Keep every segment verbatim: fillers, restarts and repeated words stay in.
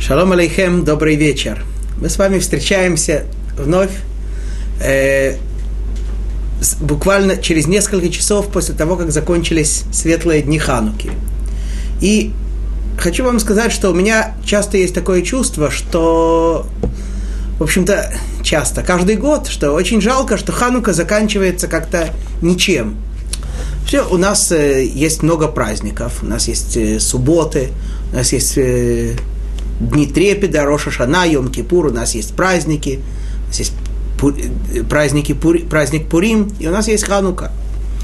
Шалом алейхем, добрый вечер. Мы с вами встречаемся вновь э, с, буквально через несколько часов после того, как закончились светлые дни Хануки. И хочу вам сказать, что у меня часто есть такое чувство, что, в общем-то, часто, каждый год, что очень жалко, что Ханука заканчивается как-то ничем. Все, у нас э, есть много праздников, у нас есть э, субботы, у нас есть э, дни трепета, Рош ха-Шана, Йом-Кипур, у нас есть праздники, у нас есть пур, праздники, пур, праздник Пурим, и у нас есть Ханука.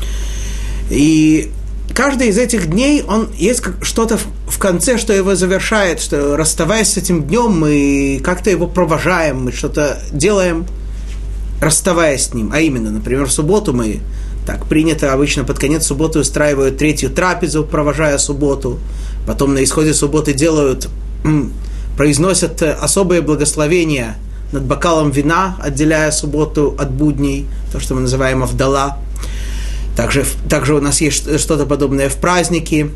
И каждый из этих дней, он есть что-то в, в конце, что его завершает, что, расставаясь с этим днем, мы как-то его провожаем, мы что-то делаем, расставаясь с ним. А именно, например, в субботу мы, так принято обычно под конец субботы устраивают третью трапезу, провожая субботу, потом на исходе субботы делают, произносят особые благословения над бокалом вина, отделяя субботу от будней, то, что мы называем авдала. Также, также у нас есть что-то подобное в праздники.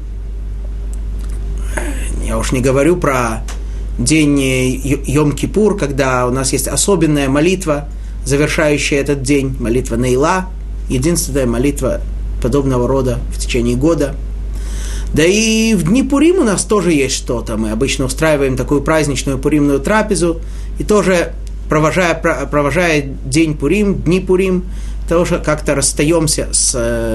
Я уж не говорю про день Йом-Кипур, когда у нас есть особенная молитва, завершающая этот день, молитва Нейла, единственная молитва подобного рода в течение года. Да и в дни Пурим у нас тоже есть что-то. Мы обычно устраиваем такую праздничную пуримную трапезу, и тоже, провожая, провожая день Пурим, дни Пурим, тоже как-то расстаемся с,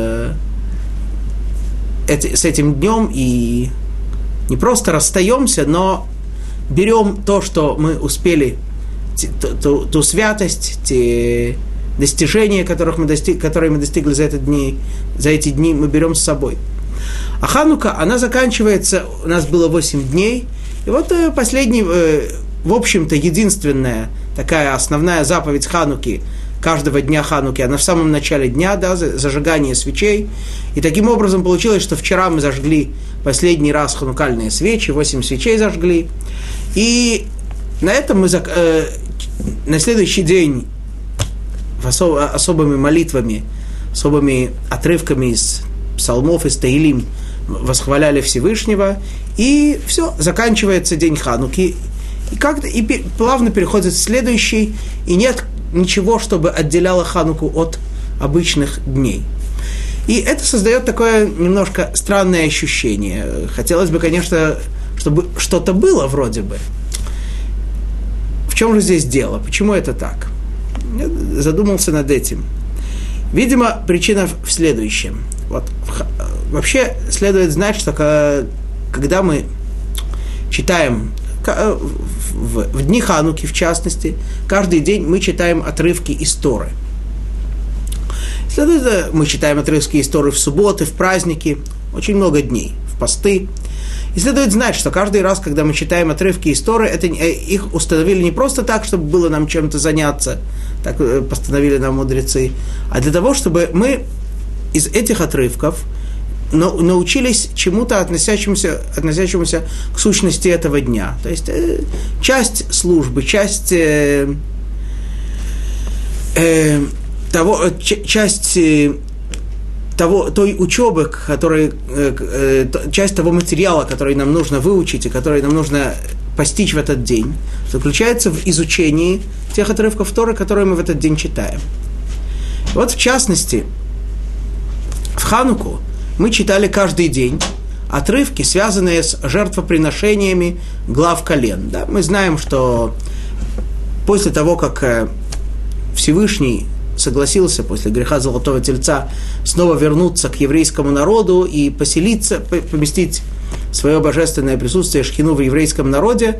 э, с этим днем, и не просто расстаемся, но берем то, что мы успели, ту, ту, ту святость, те достижения, которых мы достиг, которые мы достигли за, этот дни, за эти дни, мы берем с собой. А Ханука, она заканчивается, у нас было восемь дней, и вот последний, в общем-то, единственная такая основная заповедь Хануки, каждого дня Хануки, она в самом начале дня, да, зажигание свечей, и таким образом получилось, что вчера мы зажгли последний раз ханукальные свечи, восемь свечей зажгли, и на этом мы, э, на следующий день особ, особыми молитвами, особыми отрывками из псалмов, из Таилим восхваляли Всевышнего, и все, заканчивается день Хануки, и как-то и плавно переходит в следующий, и нет ничего, чтобы отделяло Хануку от обычных дней. И это создает такое немножко странное ощущение. Хотелось бы, конечно, чтобы что-то было вроде бы. В чем же здесь дело? Почему это так? Я задумался над этим. Видимо, причина в следующем. Вот, вообще следует знать, что когда мы читаем в, в дни Хануки, в частности, каждый день мы читаем отрывки из Торы. Следует, мы читаем отрывки из Торы в субботы, в праздники, очень много дней, в посты. И следует знать, что каждый раз, когда мы читаем отрывки из Торы, это, их установили не просто так, чтобы было нам чем-то заняться, так постановили нам мудрецы, а для того, чтобы мы из этих отрывков научились чему-то, относящемуся, относящемуся к сущности этого дня. То есть э, часть службы, часть э, э, того, ч, часть э, того, той учебы, который, э, э, часть того материала, который нам нужно выучить и который нам нужно постичь в этот день, заключается в изучении тех отрывков Торы, которые мы в этот день читаем. Вот в частности, в Хануку мы читали каждый день отрывки, связанные с жертвоприношениями глав колен. Да? Мы знаем, что после того, как Всевышний согласился после греха Золотого Тельца снова вернуться к еврейскому народу и поселиться, поместить свое божественное присутствие Шхину в еврейском народе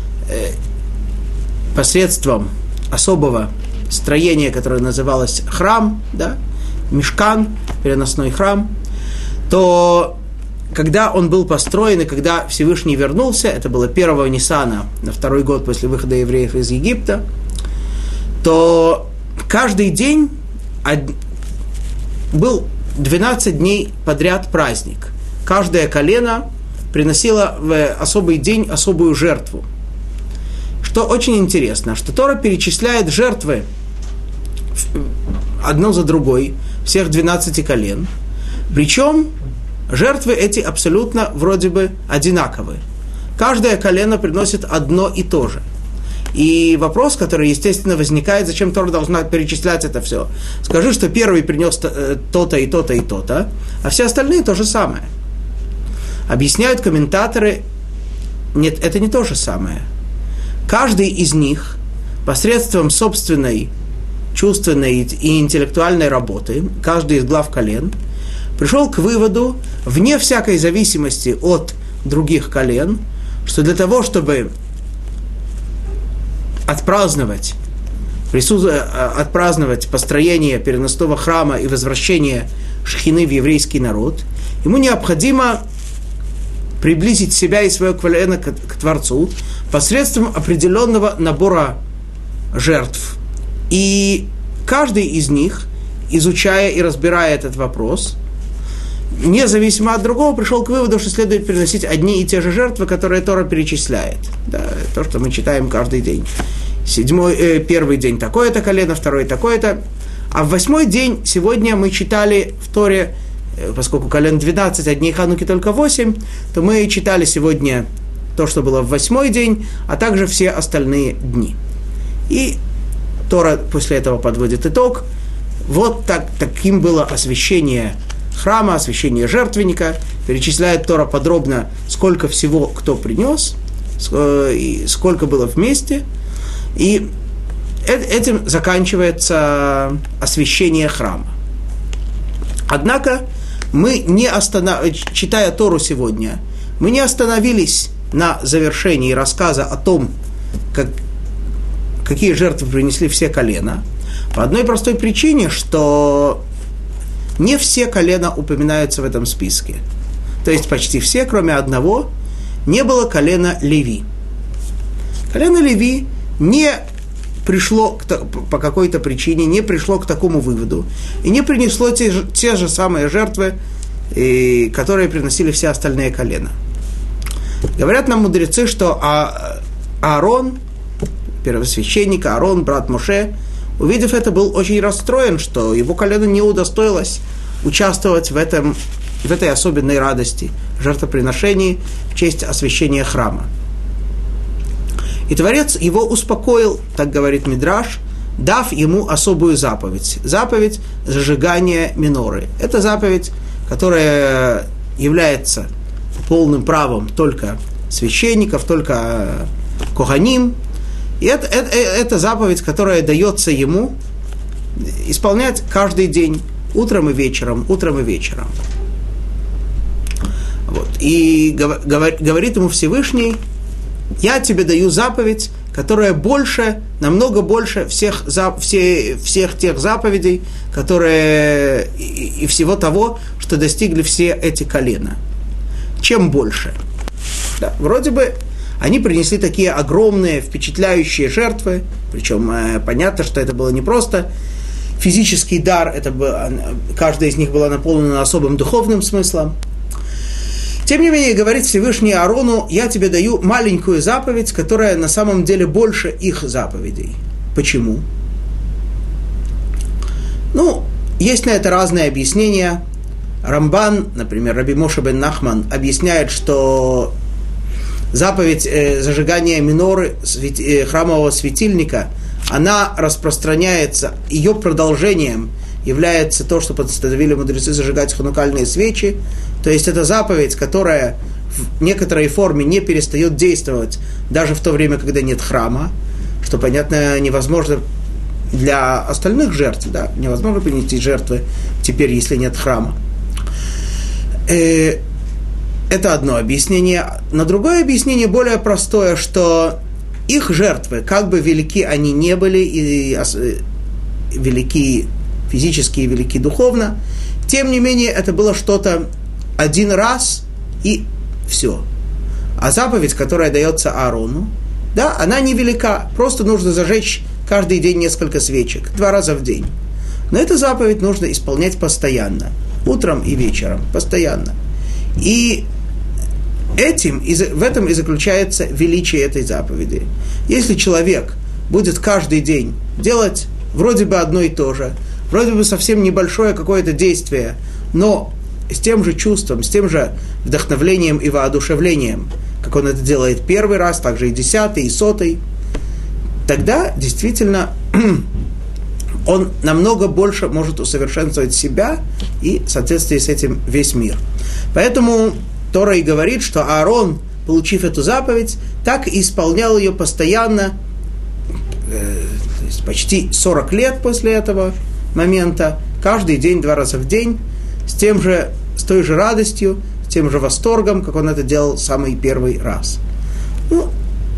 посредством особого строения, которое называлось храм, да? Мишкан, переносной храм, то когда он был построен и когда Всевышний вернулся, это было первого Ниссана, на второй год после выхода евреев из Египта, то каждый день был двенадцать дней подряд праздник. Каждое колено приносило в особый день особую жертву. Что очень интересно, что Тора перечисляет жертвы одну за другой, всех двенадцати колен, причем жертвы эти абсолютно вроде бы одинаковые. каждое колено приносит одно и то же. И вопрос, который, естественно, возникает, зачем Тора должна перечислять это все. Скажи, что первый принес то-то и то-то и то-то, а все остальные то же самое. Объясняют комментаторы, нет, это не то же самое. Каждый из них посредством собственной чувственной и интеллектуальной работы, каждый из глав колен, пришел к выводу, вне всякой зависимости от других колен, что для того, чтобы отпраздновать, присутствие, отпраздновать построение переносного храма и возвращение Шхины в еврейский народ, ему необходимо приблизить себя и свое колено к, к Творцу посредством определенного набора жертв. И каждый из них, изучая и разбирая этот вопрос, независимо от другого, пришел к выводу, что следует приносить одни и те же жертвы, которые Тора перечисляет. Да, то, что мы читаем каждый день. Седьмой, э, первый день такое-то колено, второй такое-то. А в восьмой день сегодня мы читали в Торе, э, поскольку колен двенадцать, а дней Хануки только восемь, то мы читали сегодня то, что было в восьмой день, а также все остальные дни. И Тора после этого подводит итог. Вот так, таким было освящение храма, освящение жертвенника. Перечисляет Тора подробно, сколько всего кто принес, сколько было вместе. И этим заканчивается освящение храма. Однако, мы не останов... читая Тору сегодня, мы не остановились на завершении рассказа о том, как... какие жертвы принесли все колена, по одной простой причине, что не все колена упоминаются в этом списке. То есть почти все, кроме одного, не было колена Леви. Колено Леви не пришло к, по какой-то причине, не пришло к такому выводу и не принесло те же, те же самые жертвы, и, которые приносили все остальные колена. Говорят нам мудрецы, что а, Аарон, первосвященник Аарон, брат Моше, увидев это, был очень расстроен, что его колено не удостоилось участвовать в, этом, в этой особенной радости, жертвоприношении в честь освящения храма. И Творец его успокоил, так говорит Мидраш, дав ему особую заповедь. Заповедь зажигания миноры. Это заповедь, которая является полным правом только священников, только коханим. И это, это, это заповедь, которая дается ему исполнять каждый день, утром и вечером, утром и вечером. Вот. И говорит ему Всевышний: я тебе даю заповедь, которая больше, намного больше всех, все, всех тех заповедей, которые и, и всего того, что достигли все эти колена. Чем больше? Да, вроде бы они принесли такие огромные, впечатляющие жертвы, причем э, понятно, что это было не просто физический дар, это было, каждая из них была наполнена особым духовным смыслом. Тем не менее, говорит Всевышний Аарону: я тебе даю маленькую заповедь, которая на самом деле больше их заповедей. Почему? Ну, есть на это разные объяснения. Рамбан, например, Раби Моше бен Нахман, объясняет, что заповедь э, зажигания миноры, свети, э, храмового светильника, она распространяется, ее продолжением является то, что постановили мудрецы зажигать ханукальные свечи. То есть это заповедь, которая в некоторой форме не перестает действовать даже в то время, когда нет храма, что, понятно, невозможно для остальных жертв, да, невозможно принести жертвы теперь, если нет храма. Э, это одно объяснение. Но другое объяснение более простое, что их жертвы, как бы велики они не были, и, и велики физически и велики духовно, тем не менее это было что-то один раз и все. А заповедь, которая дается Аарону, да, она невелика, просто нужно зажечь каждый день несколько свечек, два раза в день. Но эту заповедь нужно исполнять постоянно, утром и вечером, постоянно. И этим, в этом и заключается величие этой заповеди. Если человек будет каждый день делать вроде бы одно и то же, вроде бы совсем небольшое какое-то действие, но с тем же чувством, с тем же вдохновлением и воодушевлением, как он это делает первый раз, также и десятый, и сотый, тогда действительно он намного больше может усовершенствовать себя и в соответствии с этим весь мир. Поэтому Тора и говорит, что Аарон, получив эту заповедь, так и исполнял ее постоянно, э, то есть почти сорок лет после этого момента, каждый день, два раза в день, с, тем же, с той же радостью, с тем же восторгом, как он это делал самый первый раз. Ну,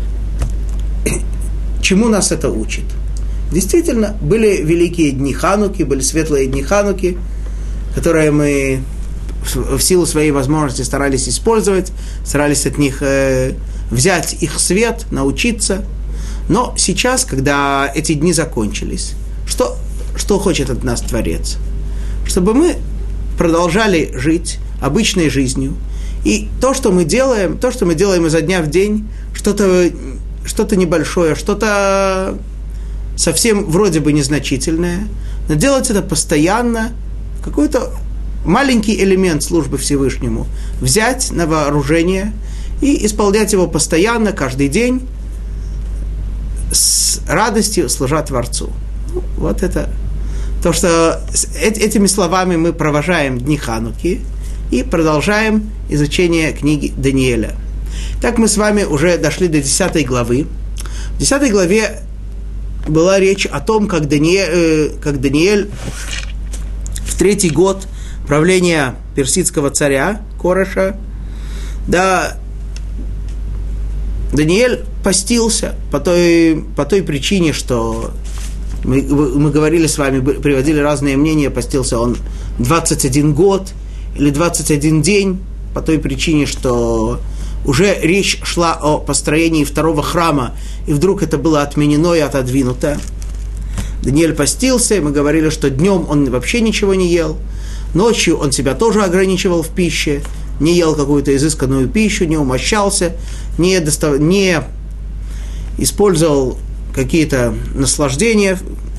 чему нас это учит? Действительно, были великие дни Хануки, были светлые дни Хануки, которые мы в силу своей возможности старались использовать, старались от них э, взять их свет, научиться. Но сейчас, когда эти дни закончились, что, что хочет от нас Творец? Чтобы мы продолжали жить обычной жизнью. И то, что мы делаем, то, что мы делаем изо дня в день, что-то, что-то небольшое, что-то совсем вроде бы незначительное, но делать это постоянно, какой-то маленький элемент службы Всевышнему взять на вооружение и исполнять его постоянно, каждый день, с радостью служа Творцу. Ну, вот это то, что этими словами мы провожаем дни Хануки и продолжаем изучение книги Даниэля. Так мы с вами уже дошли до десятой главы. В десятой главе была речь о том, как Даниэль, э, как Даниэль в третий год правления персидского царя Кореша, да, Даниэль постился по той, по той причине, что мы, мы говорили с вами, приводили разные мнения, постился он двадцать один год или двадцать один день, по той причине, что уже речь шла о построении второго храма, и вдруг это было отменено и отодвинуто. Даниэль постился, и мы говорили, что днем он вообще ничего не ел, ночью он себя тоже ограничивал в пище, не ел какую-то изысканную пищу, не умощался, не, достав... не использовал какие-то наслаждения.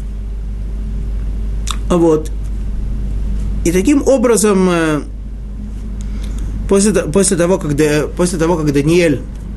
Вот. И таким образом, после, после, того, когда, после того, как Даниэль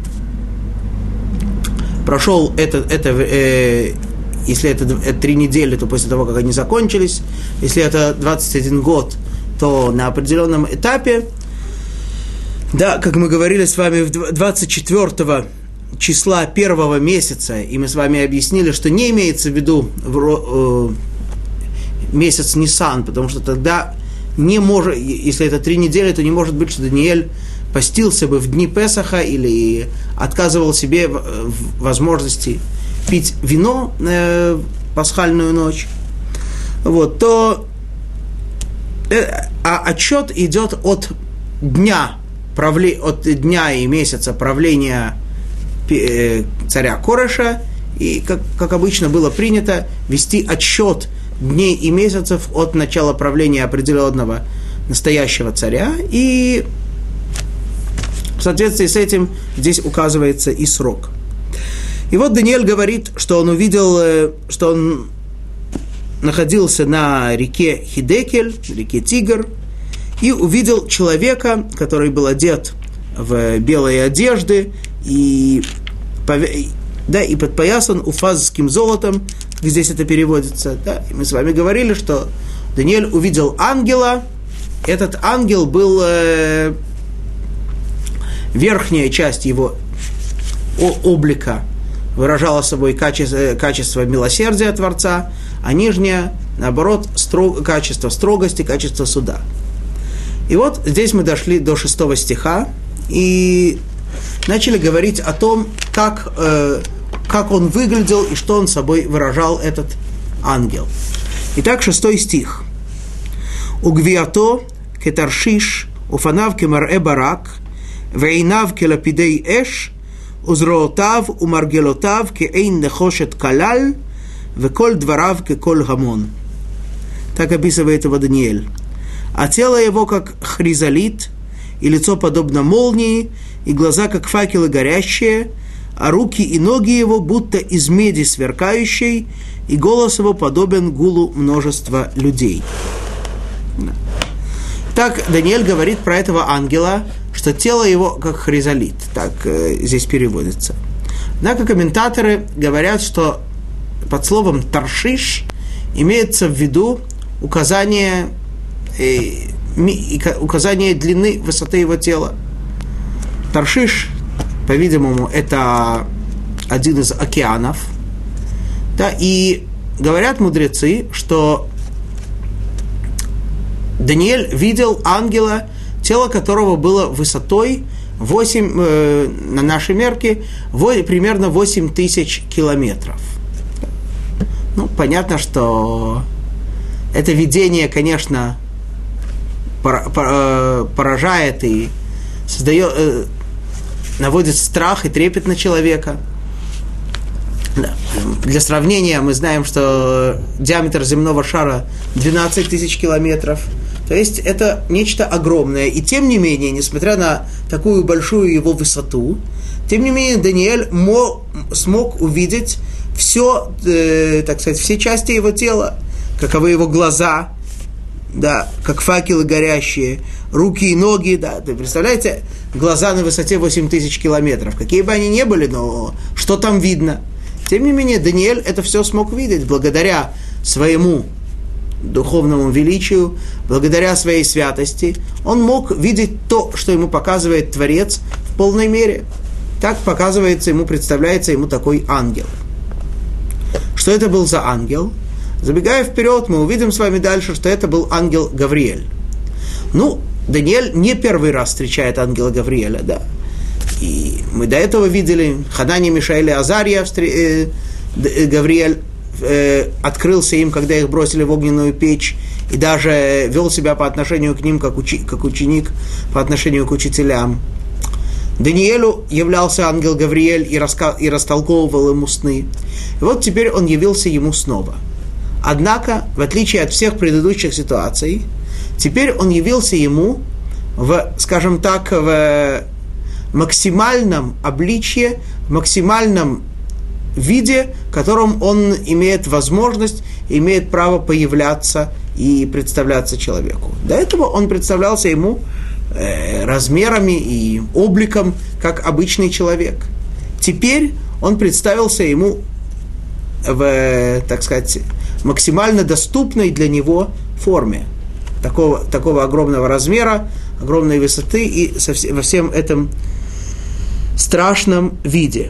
прошел это, это э, если это, это три недели, то после того, как они закончились, если это двадцать один год, то на определенном этапе, да, как мы говорили с вами, двадцать четвёртого числа первого месяца, и мы с вами объяснили, что не имеется в виду в, э, месяц Нисан, потому что тогда не может, если это три недели, то не может быть, что Даниэль постился бы в дни Песаха или отказывал себе в, в возможности пить вино э, в пасхальную ночь, вот, то э, а отчет идет от дня, правле, от дня и месяца правления э, царя Кореша, и, как, как обычно было принято, вести отсчет дней и месяцев от начала правления определенного настоящего царя, и в соответствии с этим здесь указывается и срок. И вот Даниэль говорит, что он увидел, что он находился на реке Хидекель, реке Тигр, и увидел человека, который был одет в белые одежды и, да, и подпоясан уфазским золотом, как здесь это переводится. Да? И мы с вами говорили, что Даниэль увидел ангела. Этот ангел был э, верхняя часть его облика выражала собой качество, качество милосердия Творца, а нижняя, наоборот, строг, качество строгости, качество суда. И вот здесь мы дошли до шестого стиха и начали говорить о том, как, э, как он выглядел и что он собой выражал, этот ангел. Итак, шестой стих. «Угвиато кетаршиш, уфанав кемарэ барак, вейнав келапидей эш, узроотав умаргелотав кеэйн нехошет калаль, веколь дварав кеколь гамон». Так описывает его Даниэль. «А тело его, как хризолит, и лицо подобно молнии, и глаза, как факелы горящие, а руки и ноги его, будто из меди сверкающей, и голос его подобен гулу множества людей». Так Даниэль говорит про этого ангела, что тело его как хризолит, так э, здесь переводится. Однако комментаторы говорят, что под словом «таршиш» имеется в виду указание, э, ми, указание длины, высоты его тела. Таршиш, по-видимому, это один из океанов. Да, и говорят мудрецы, что Даниэль видел ангела, тело которого было высотой восемь, э, на нашей мерке, восемь, примерно восемь тысяч километров. Ну, понятно, что это видение, конечно, поражает и создает, э, наводит страх и трепет на человека. Да. Для сравнения, мы знаем, что диаметр земного шара двенадцать тысяч километров. То есть это нечто огромное. И тем не менее, несмотря на такую большую его высоту, тем не менее Даниэль мо- смог увидеть все, э, так сказать, все части его тела, каковы его глаза, да, как факелы горящие, руки и ноги, да. Вы представляете, глаза на высоте восемь тысяч километров, какие бы они ни были, но что там видно? Тем не менее, Даниэль это все смог видеть благодаря своему духовному величию, благодаря своей святости. Он мог видеть то, что ему показывает Творец в полной мере. Так показывается ему, представляется ему такой ангел. Что это был за ангел? Забегая вперед, мы увидим с вами дальше, что это был ангел Гавриэль. Ну, Даниэль не первый раз встречает ангела Гавриэля, да. И мы до этого видели, Ханани, Мишаэль и Азария, э, э, Гавриэль э, открылся им, когда их бросили в огненную печь, и даже вел себя по отношению к ним, как, учи, как ученик, по отношению к учителям. Даниэлю являлся ангел Гавриэль и, раска, и растолковывал ему сны. И вот теперь он явился ему снова. Однако, в отличие от всех предыдущих ситуаций, теперь он явился ему в, скажем так, в максимальном обличье, в максимальном виде, в котором он имеет возможность, имеет право появляться и представляться человеку. До этого он представлялся ему э, размерами и обликом, как обычный человек. Теперь он представился ему в, так сказать, максимально доступной для него форме. Такого, такого огромного размера, огромной высоты и со вс- во всем этом страшном виде.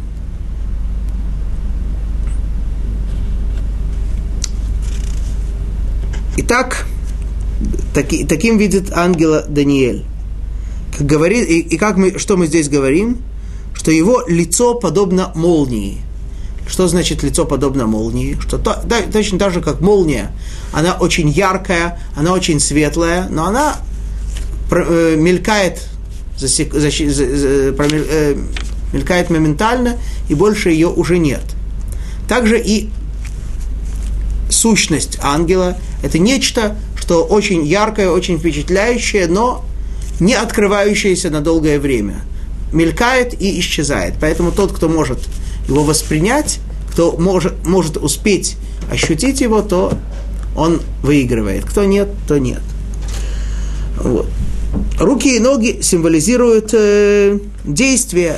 Итак, таки, таким видит ангела Даниэль. Как говорит, и, и как мы, что мы здесь говорим? Что его лицо подобно молнии. Что значит лицо подобно молнии? Что то, да, точно так же, как молния. Она очень яркая, она очень светлая, но она э, мелькает, засек, за, за, за, промель, э, мелькает моментально, и больше ее уже нет. Также и сущность ангела – это нечто, что очень яркое, очень впечатляющее, но не открывающееся на долгое время. Мелькает и исчезает. Поэтому тот, кто может его воспринять, кто может, может успеть ощутить его, то он выигрывает. Кто нет, то нет. Вот. Руки и ноги символизируют э, действия.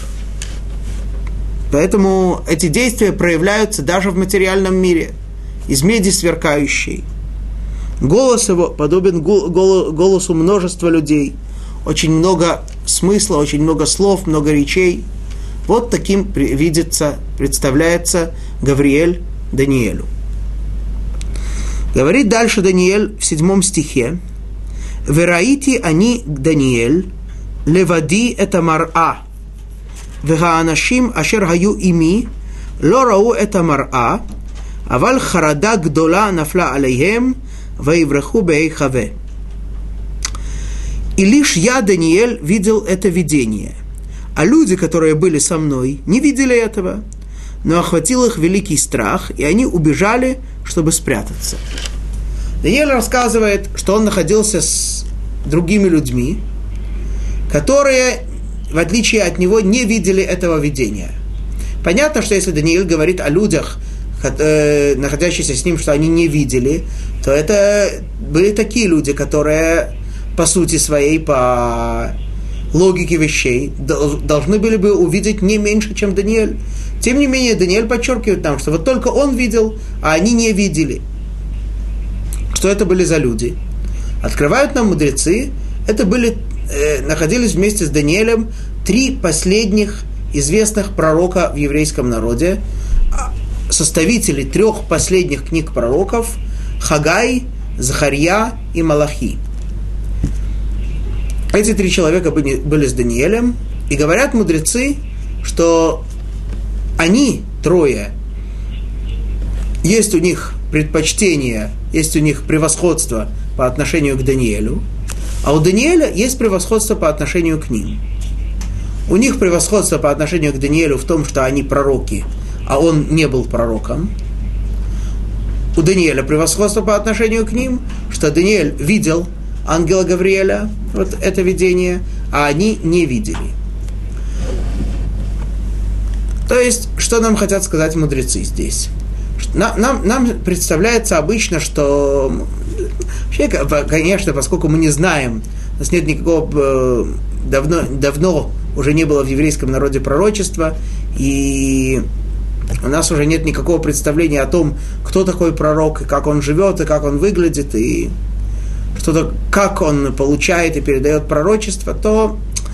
Поэтому эти действия проявляются даже в материальном мире. Из меди сверкающей. Голос его подобен голосу множества людей. Очень много смысла, очень много слов, много речей. Вот таким видится, представляется Гавриэль Даниэлю. Говорит дальше Даниэль в седьмом стихе. «Вераити они Даниэль, левади это мар'а, вегаанашим ашер хаю ими, ло рау это мар'а, аваль харада гдола нафла алейхем, ваивраху бейхаве». И лишь я, Даниэль, видел это видение, а люди, которые были со мной, не видели этого, но охватил их великий страх, и они убежали, чтобы спрятаться. Даниэль рассказывает, что он находился с другими людьми, которые, в отличие от него, не видели этого видения. Понятно, что если Даниэль говорит о людях, находящихся с ним, что они не видели, то это были такие люди, которые по сути своей, по логики вещей должны были бы увидеть не меньше, чем Даниэль. Тем не менее, Даниэль подчеркивает нам, что вот только он видел, а они не видели. Что это были за люди? Открывают нам мудрецы, это были, э, находились вместе с Даниэлем три последних известных пророка в еврейском народе, составители трех последних книг пророков Хагай, Захарья и Малахи. Эти три человека были, были с Даниэлем, и говорят мудрецы, что они, трое, есть у них предпочтение, есть у них превосходство по отношению к Даниэлю, а у Даниэля есть превосходство по отношению к ним. У них превосходство по отношению к Даниэлю в том, что они пророки, а он не был пророком. У Даниэля превосходство по отношению к ним, что Даниэль видел ангела Гавриэля, вот это видение, а они не видели. То есть, что нам хотят сказать мудрецы здесь? Нам, нам, нам представляется обычно, что, вообще, конечно, поскольку мы не знаем, у нас нет никакого, давно, давно уже не было в еврейском народе пророчества, и у нас уже нет никакого представления о том, кто такой пророк, и как он живет, и как он выглядит, и что-то, как он получает и передает пророчество, то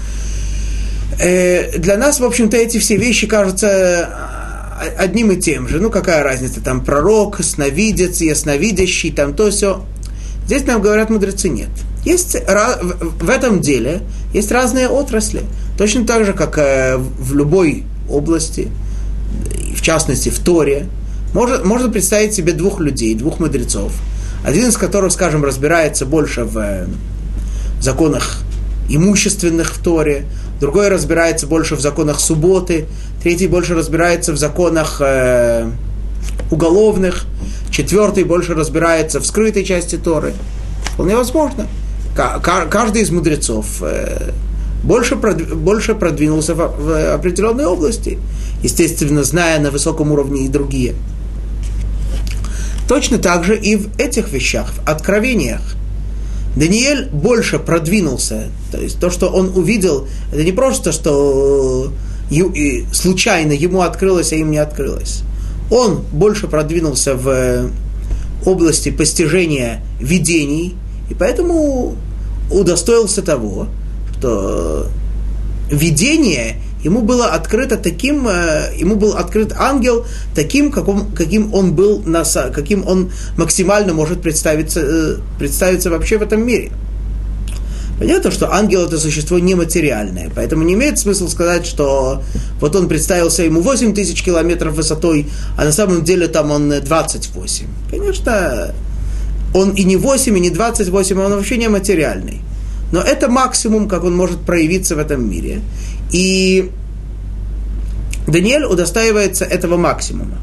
э, для нас, в общем-то, эти все вещи кажутся одним и тем же. Ну, какая разница, там, пророк, сновидец, ясновидящий, там, то все. Здесь нам говорят мудрецы, нет. Есть, в этом деле есть разные отрасли. Точно так же, как в любой области, в частности, в Торе, можно, можно представить себе двух людей, двух мудрецов, один из которых, скажем, разбирается больше в законах имущественных в Торе, другой разбирается больше в законах субботы, третий больше разбирается в законах э, уголовных, четвертый больше разбирается в скрытой части Торы. Вполне возможно. К- каждый из мудрецов э, больше, прод- больше продвинулся в, в определенной области, естественно, зная на высоком уровне и другие. Точно так же и в этих вещах, в откровениях. Даниэль больше продвинулся. То есть то, что он увидел, это не просто, что случайно ему открылось, а им не открылось. Он больше продвинулся в области постижения видений, и поэтому удостоился того, что видение ему было открыто таким, ему был открыт ангел таким, каким, каким он был, каким он максимально может представиться, представиться вообще в этом мире. Понятно, что ангел – это существо нематериальное, поэтому не имеет смысла сказать, что вот он представился ему восемь тысяч километров высотой, а на самом деле там он двадцать восемь. Конечно, он и не восемь, и не двадцать восемь, он вообще нематериальный. Но это максимум, как он может проявиться в этом мире. И Даниэль удостаивается этого максимума.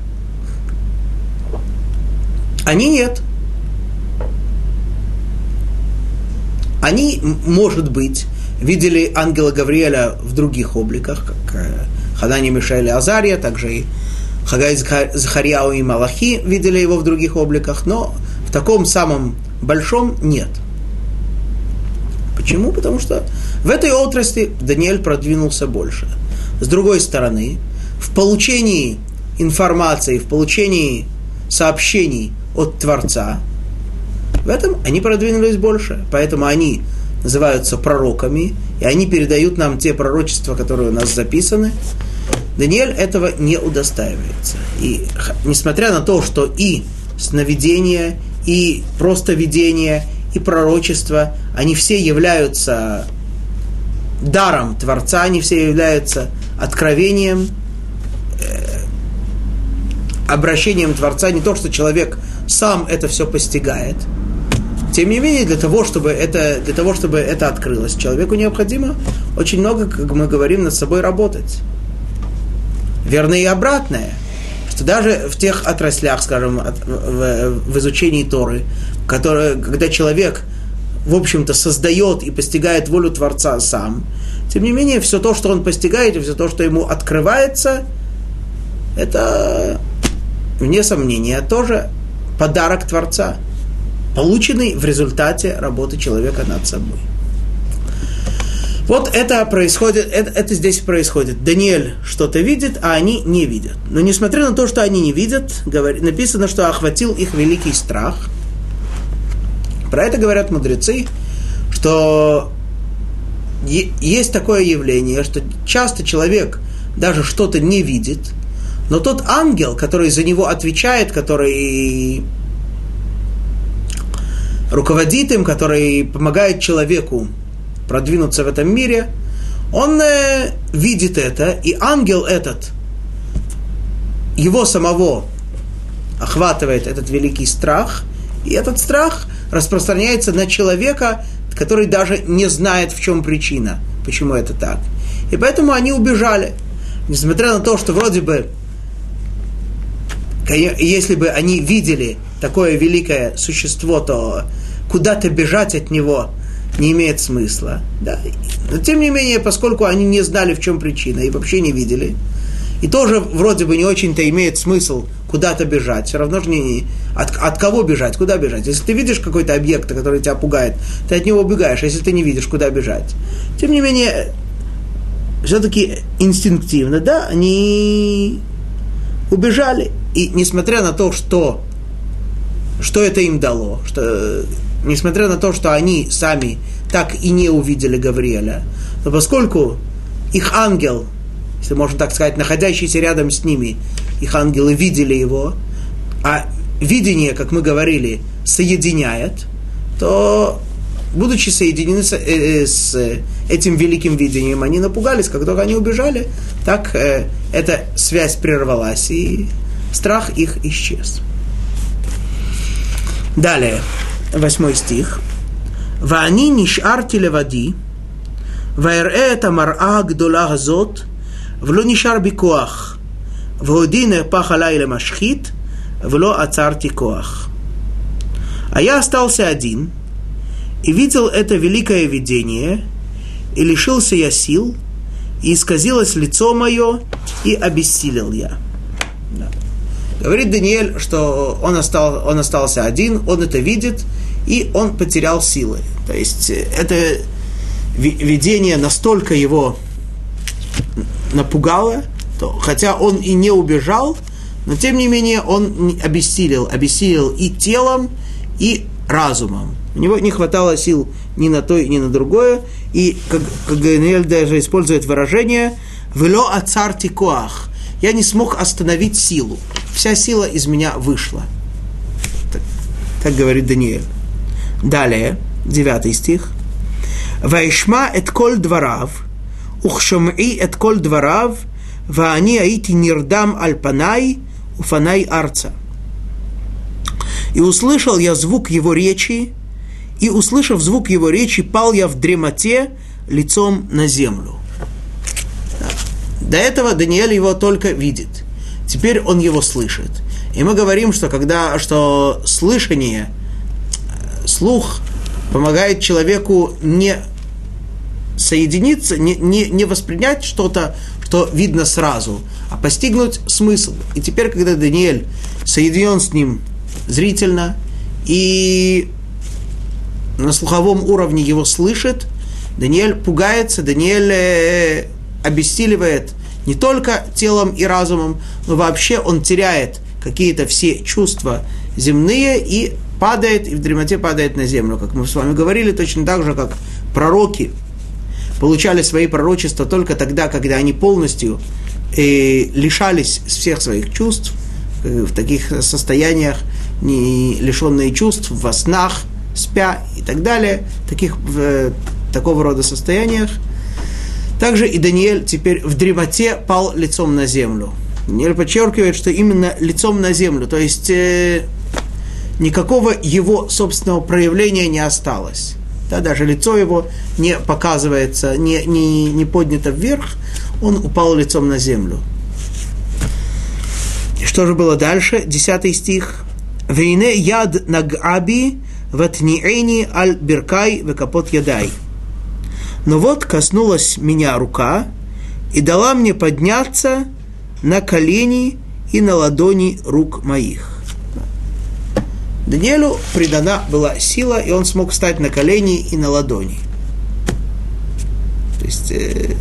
Они нет. Они, может быть, видели ангела Гавриэля в других обликах, как Ханани, Мишаэль и Азария, также и Хагай, Захарьяу и Малахи видели его в других обликах, но в таком самом большом нет. Почему? Потому что в этой отрасли Даниэль продвинулся больше. С другой стороны, в получении информации, в получении сообщений от Творца, в этом они продвинулись больше. Поэтому они называются пророками, и они передают нам те пророчества, которые у нас записаны. Даниэль этого не удостаивается. И несмотря на то, что и сновидение, и просто видение, и пророчество, они все являются даром Творца, они все являются откровением, э, обращением Творца, не то, что человек сам это все постигает. Тем не менее, для того, чтобы это, для того, чтобы это открылось, человеку необходимо очень много, как мы говорим, над собой работать. Верно и обратное, что даже в тех отраслях, скажем, в, в, в изучении Торы, которые, когда человек, в общем-то, создает и постигает волю Творца сам, тем не менее, все то, что он постигает, и все то, что ему открывается, это, вне сомнения, тоже подарок Творца, полученный в результате работы человека над собой. Вот это происходит, это, это здесь происходит. Даниэль что-то видит, а они не видят. Но несмотря на то, что они не видят, говор... написано, что охватил их великий страх. Про это говорят мудрецы, что е- есть такое явление, что часто человек даже что-то не видит, но тот ангел, который за него отвечает, который руководит им, который помогает человеку продвинуться в этом мире, он э, видит это, и ангел этот, его самого охватывает этот великий страх, и этот страх распространяется на человека, который даже не знает, в чем причина, почему это так. И поэтому они убежали. Несмотря на то, что вроде бы, если бы они видели такое великое существо, то куда-то бежать от него не имеет смысла. Да. Но тем не менее, поскольку они не знали, в чем причина, и вообще не видели, и тоже вроде бы не очень-то имеет смысл куда-то бежать, все равно же не, от, от кого бежать, куда бежать. Если ты видишь какой-то объект, который тебя пугает, ты от него убегаешь, а если ты не видишь, куда бежать. Тем не менее, все-таки инстинктивно, да, они убежали. И несмотря на то, что, что это им дало, что, несмотря на то, что они сами так и не увидели Гавриэля, но поскольку их ангел, если можно так сказать, находящийся рядом с ними, их ангелы видели его, а видение, как мы говорили, соединяет, то, будучи соединены с, э, с этим великим видением, они напугались, как только они убежали, так э, эта связь прервалась, и страх их исчез. Далее, восьмой стих. «Ваани нишарти левади, ваэрэ эта мар'а гдола газот, вло нишар би коах, ваоди нерпах алай лемашхит, вло ацарти коах». А я остался один, и видел это великое видение, и лишился я сил, и исказилось лицо мое, и обессилел я. Да. Говорит Даниэль, что он, остал, он остался один, он это видит, и он потерял силы. То есть это видение настолько его напугало, то, хотя он и не убежал, но тем не менее он обессилел, обессилел и телом, и разумом. У него не хватало сил ни на то, ни на другое. И, как, как Даниэль даже использует выражение «Вело ацарти коах». Я не смог остановить силу. Вся сила из меня вышла. Так, так говорит Даниэль. Далее, девятый стих. «Ваишма эт коль дварав, ухшом'i эт коль дварав, ваани аити нирдам аль панай, уфанай арца». «И услышал я звук его речи, и, услышав звук его речи, пал я в дремоте лицом на землю». До этого Даниэль его только видит. Теперь он его слышит. И мы говорим, что, когда, что слышание, слух помогает человеку не соединиться, не, не, не воспринять что-то, что видно сразу, а постигнуть смысл. И теперь, когда Даниэль соединен с ним зрительно и на слуховом уровне его слышит, Даниэль пугается, Даниэль э, обессиливает не только телом и разумом, но вообще он теряет какие-то все чувства земные и падает, и в дремоте падает на землю. Как мы с вами говорили, точно так же, как пророки получали свои пророчества только тогда, когда они полностью э, лишались всех своих чувств, э, в таких состояниях, не лишенные чувств, во снах, спя и так далее, таких, в э, такого рода состояниях. Также и Даниэль теперь в дремоте пал лицом на землю. Даниэль подчеркивает, что именно лицом на землю, то есть э, никакого его собственного проявления не осталось. Да, даже лицо его не показывается, не, не, не поднято вверх, он упал лицом на землю. И что же было дальше? Десятый стих. «Вейне яд нагаби ватниэни аль биркай векапот ядай». Но вот коснулась меня рука и дала мне подняться на колени и на ладони рук моих. Даниэлю придана была сила, и он смог встать на колени и на ладони. То есть, э,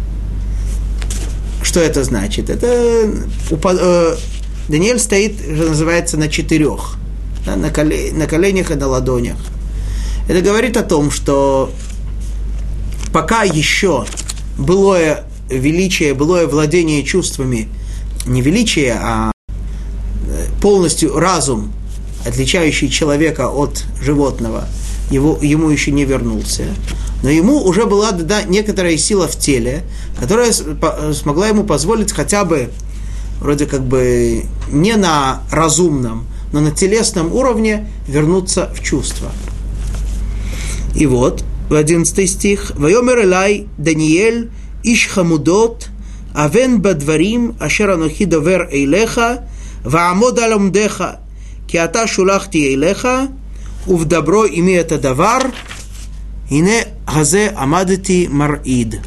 что это значит? Это э, Даниэль стоит, что называется, на четырех, да, на, коле, на коленях и на ладонях. Это говорит о том, что пока еще былое величие, былое владение чувствами, не величие, а полностью разум, отличающий человека от животного, его, ему еще не вернулся. Но ему уже была дана некоторая сила в теле, которая смогла ему позволить хотя бы, вроде как бы, не на разумном, но на телесном уровне вернуться в чувство. И вот, в одиннадцатый стих, «Вайомер элай Даниэль иш хамудот, авен бадварим, ашер анохи довер эйлеха, ваамод аламдеха, ки ата шулахти эйлеха, увдабро ими это давар, ине хазе амадати марид».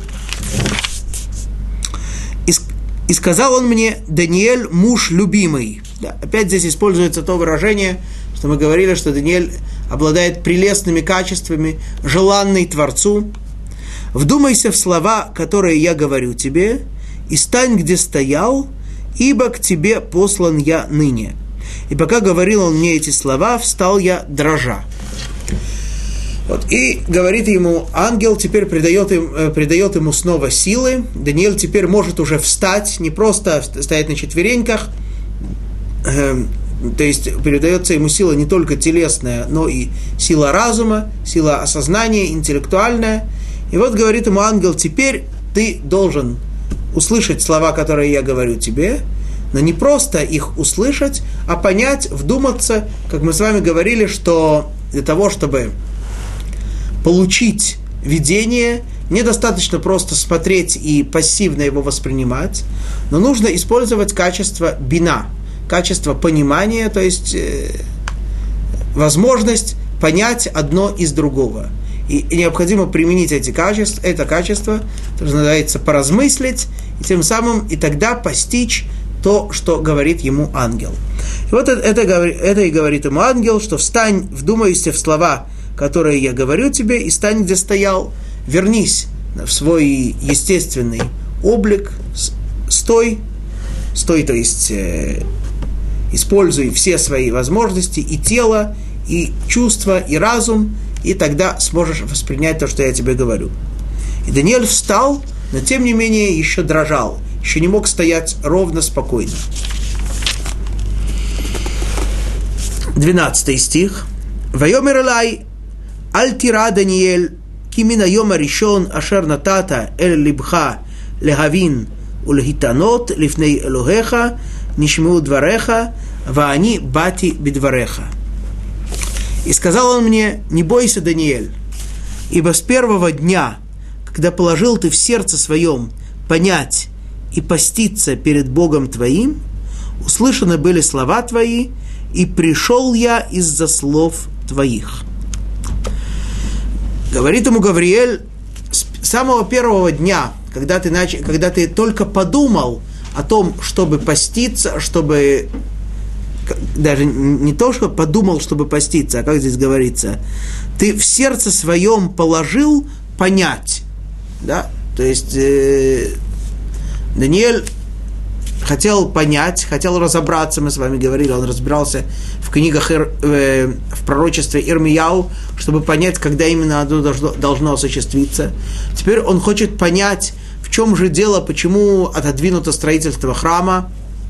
И сказал он мне: Даниэль, муж любимый. Да, опять здесь используется то выражение, что мы говорили, что Даниэль обладает прелестными качествами, желанный Творцу. «Вдумайся в слова, которые я говорю тебе, и стань, где стоял, ибо к тебе послан я ныне». И пока говорил он мне эти слова, встал я дрожа. Вот. И говорит ему ангел, теперь придает, им, придает ему снова силы. Даниэль теперь может уже встать, не просто стоять на четвереньках, э, то есть передается ему сила не только телесная, но и сила разума, сила осознания, интеллектуальная. И вот говорит ему ангел: теперь ты должен услышать слова, которые я говорю тебе, но не просто их услышать, а понять, вдуматься, как мы с вами говорили, что для того, чтобы получить видение, недостаточно просто смотреть и пассивно его воспринимать, но нужно использовать качество бина, качество понимания, то есть э, возможность понять одно из другого. И необходимо применить эти качества, это качество, которое называется поразмыслить, и тем самым и тогда постичь то, что говорит ему ангел. И вот это, это, это и говорит ему ангел, что встань, вдумайся в слова, которые я говорю тебе, и стань, где стоял, вернись в свой естественный облик, стой, стой, то есть э, используй все свои возможности, и тело, и чувства, и разум, и тогда сможешь воспринять то, что я тебе говорю. И Даниэль встал, но тем не менее еще дрожал, еще не мог стоять ровно, спокойно. двенадцатый стих. «Вайомер элай аль тира Даниэль, ки мин хайом аришон ашер натата эль либха лехавин улхитанот лифней элохеха нишмеу двареха ваани бати бидвареха». И сказал он мне: не бойся, Даниэль, ибо с первого дня, когда положил ты в сердце своем понять и поститься перед Богом твоим, услышаны были слова твои, и пришел я из-за слов твоих. Говорит ему Гавриэль, с самого первого дня, когда ты, нач... когда ты только подумал о том, чтобы поститься, чтобы... Даже не то, что подумал, чтобы поститься, а как здесь говорится, ты в сердце своем положил понять. Да? То есть э... Даниэль хотел понять, хотел разобраться, мы с вами говорили, он разбирался в книгах, э, в пророчестве Ирмияу, чтобы понять, когда именно оно должно, должно осуществиться. Теперь он хочет понять, в чем же дело, почему отодвинуто строительство храма,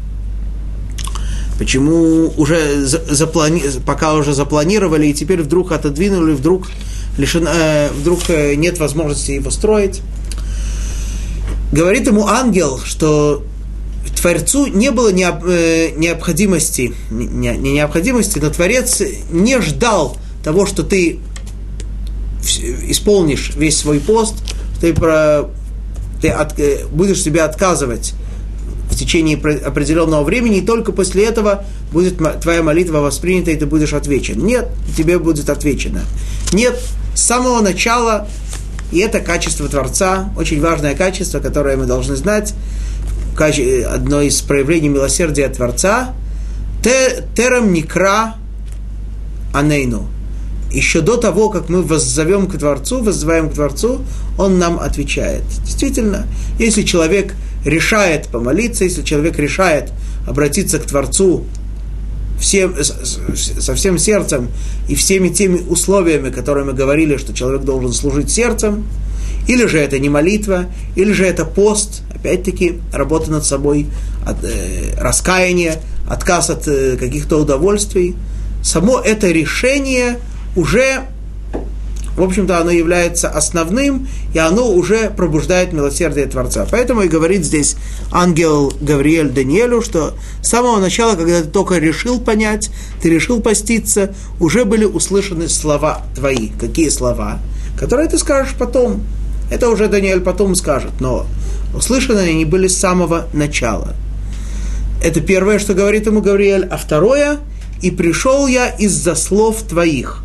почему уже заплани... пока уже запланировали, и теперь вдруг отодвинули, вдруг, лишен... э, вдруг нет возможности его строить. Говорит ему ангел, что Творцу не было необходимости, не необходимости, но Творец не ждал того, что ты исполнишь весь свой пост, ты, про, ты от, будешь себя отказывать в течение определенного времени, и только после этого будет твоя молитва воспринята, и ты будешь отвечен. Нет, тебе будет отвечено. Нет, с самого начала, и это качество Творца, очень важное качество, которое мы должны знать, одно из проявлений милосердия Творца, терем никра анейну. еще до того, как мы воззовем к Творцу, воззываем к Творцу, Он нам отвечает. Действительно, если человек решает помолиться, если человек решает обратиться к Творцу всем, со всем сердцем и всеми теми условиями, которые мы говорили, что человек должен служить сердцем, или же это не молитва, или же это пост, опять-таки работа над собой, от, э, раскаяние, отказ от э, каких-то удовольствий, само это решение уже, в общем-то, оно является основным, и оно уже пробуждает милосердие Творца. Поэтому и говорит здесь ангел Гавриэль Даниэлю, что с самого начала, когда ты только решил понять, ты решил поститься, уже были услышаны слова твои. Какие слова? Которые ты скажешь потом. Это уже Даниэль потом скажет, но услышаны они были с самого начала. Это первое, что говорит ему Гавриэль. А второе, и пришел я из-за слов твоих.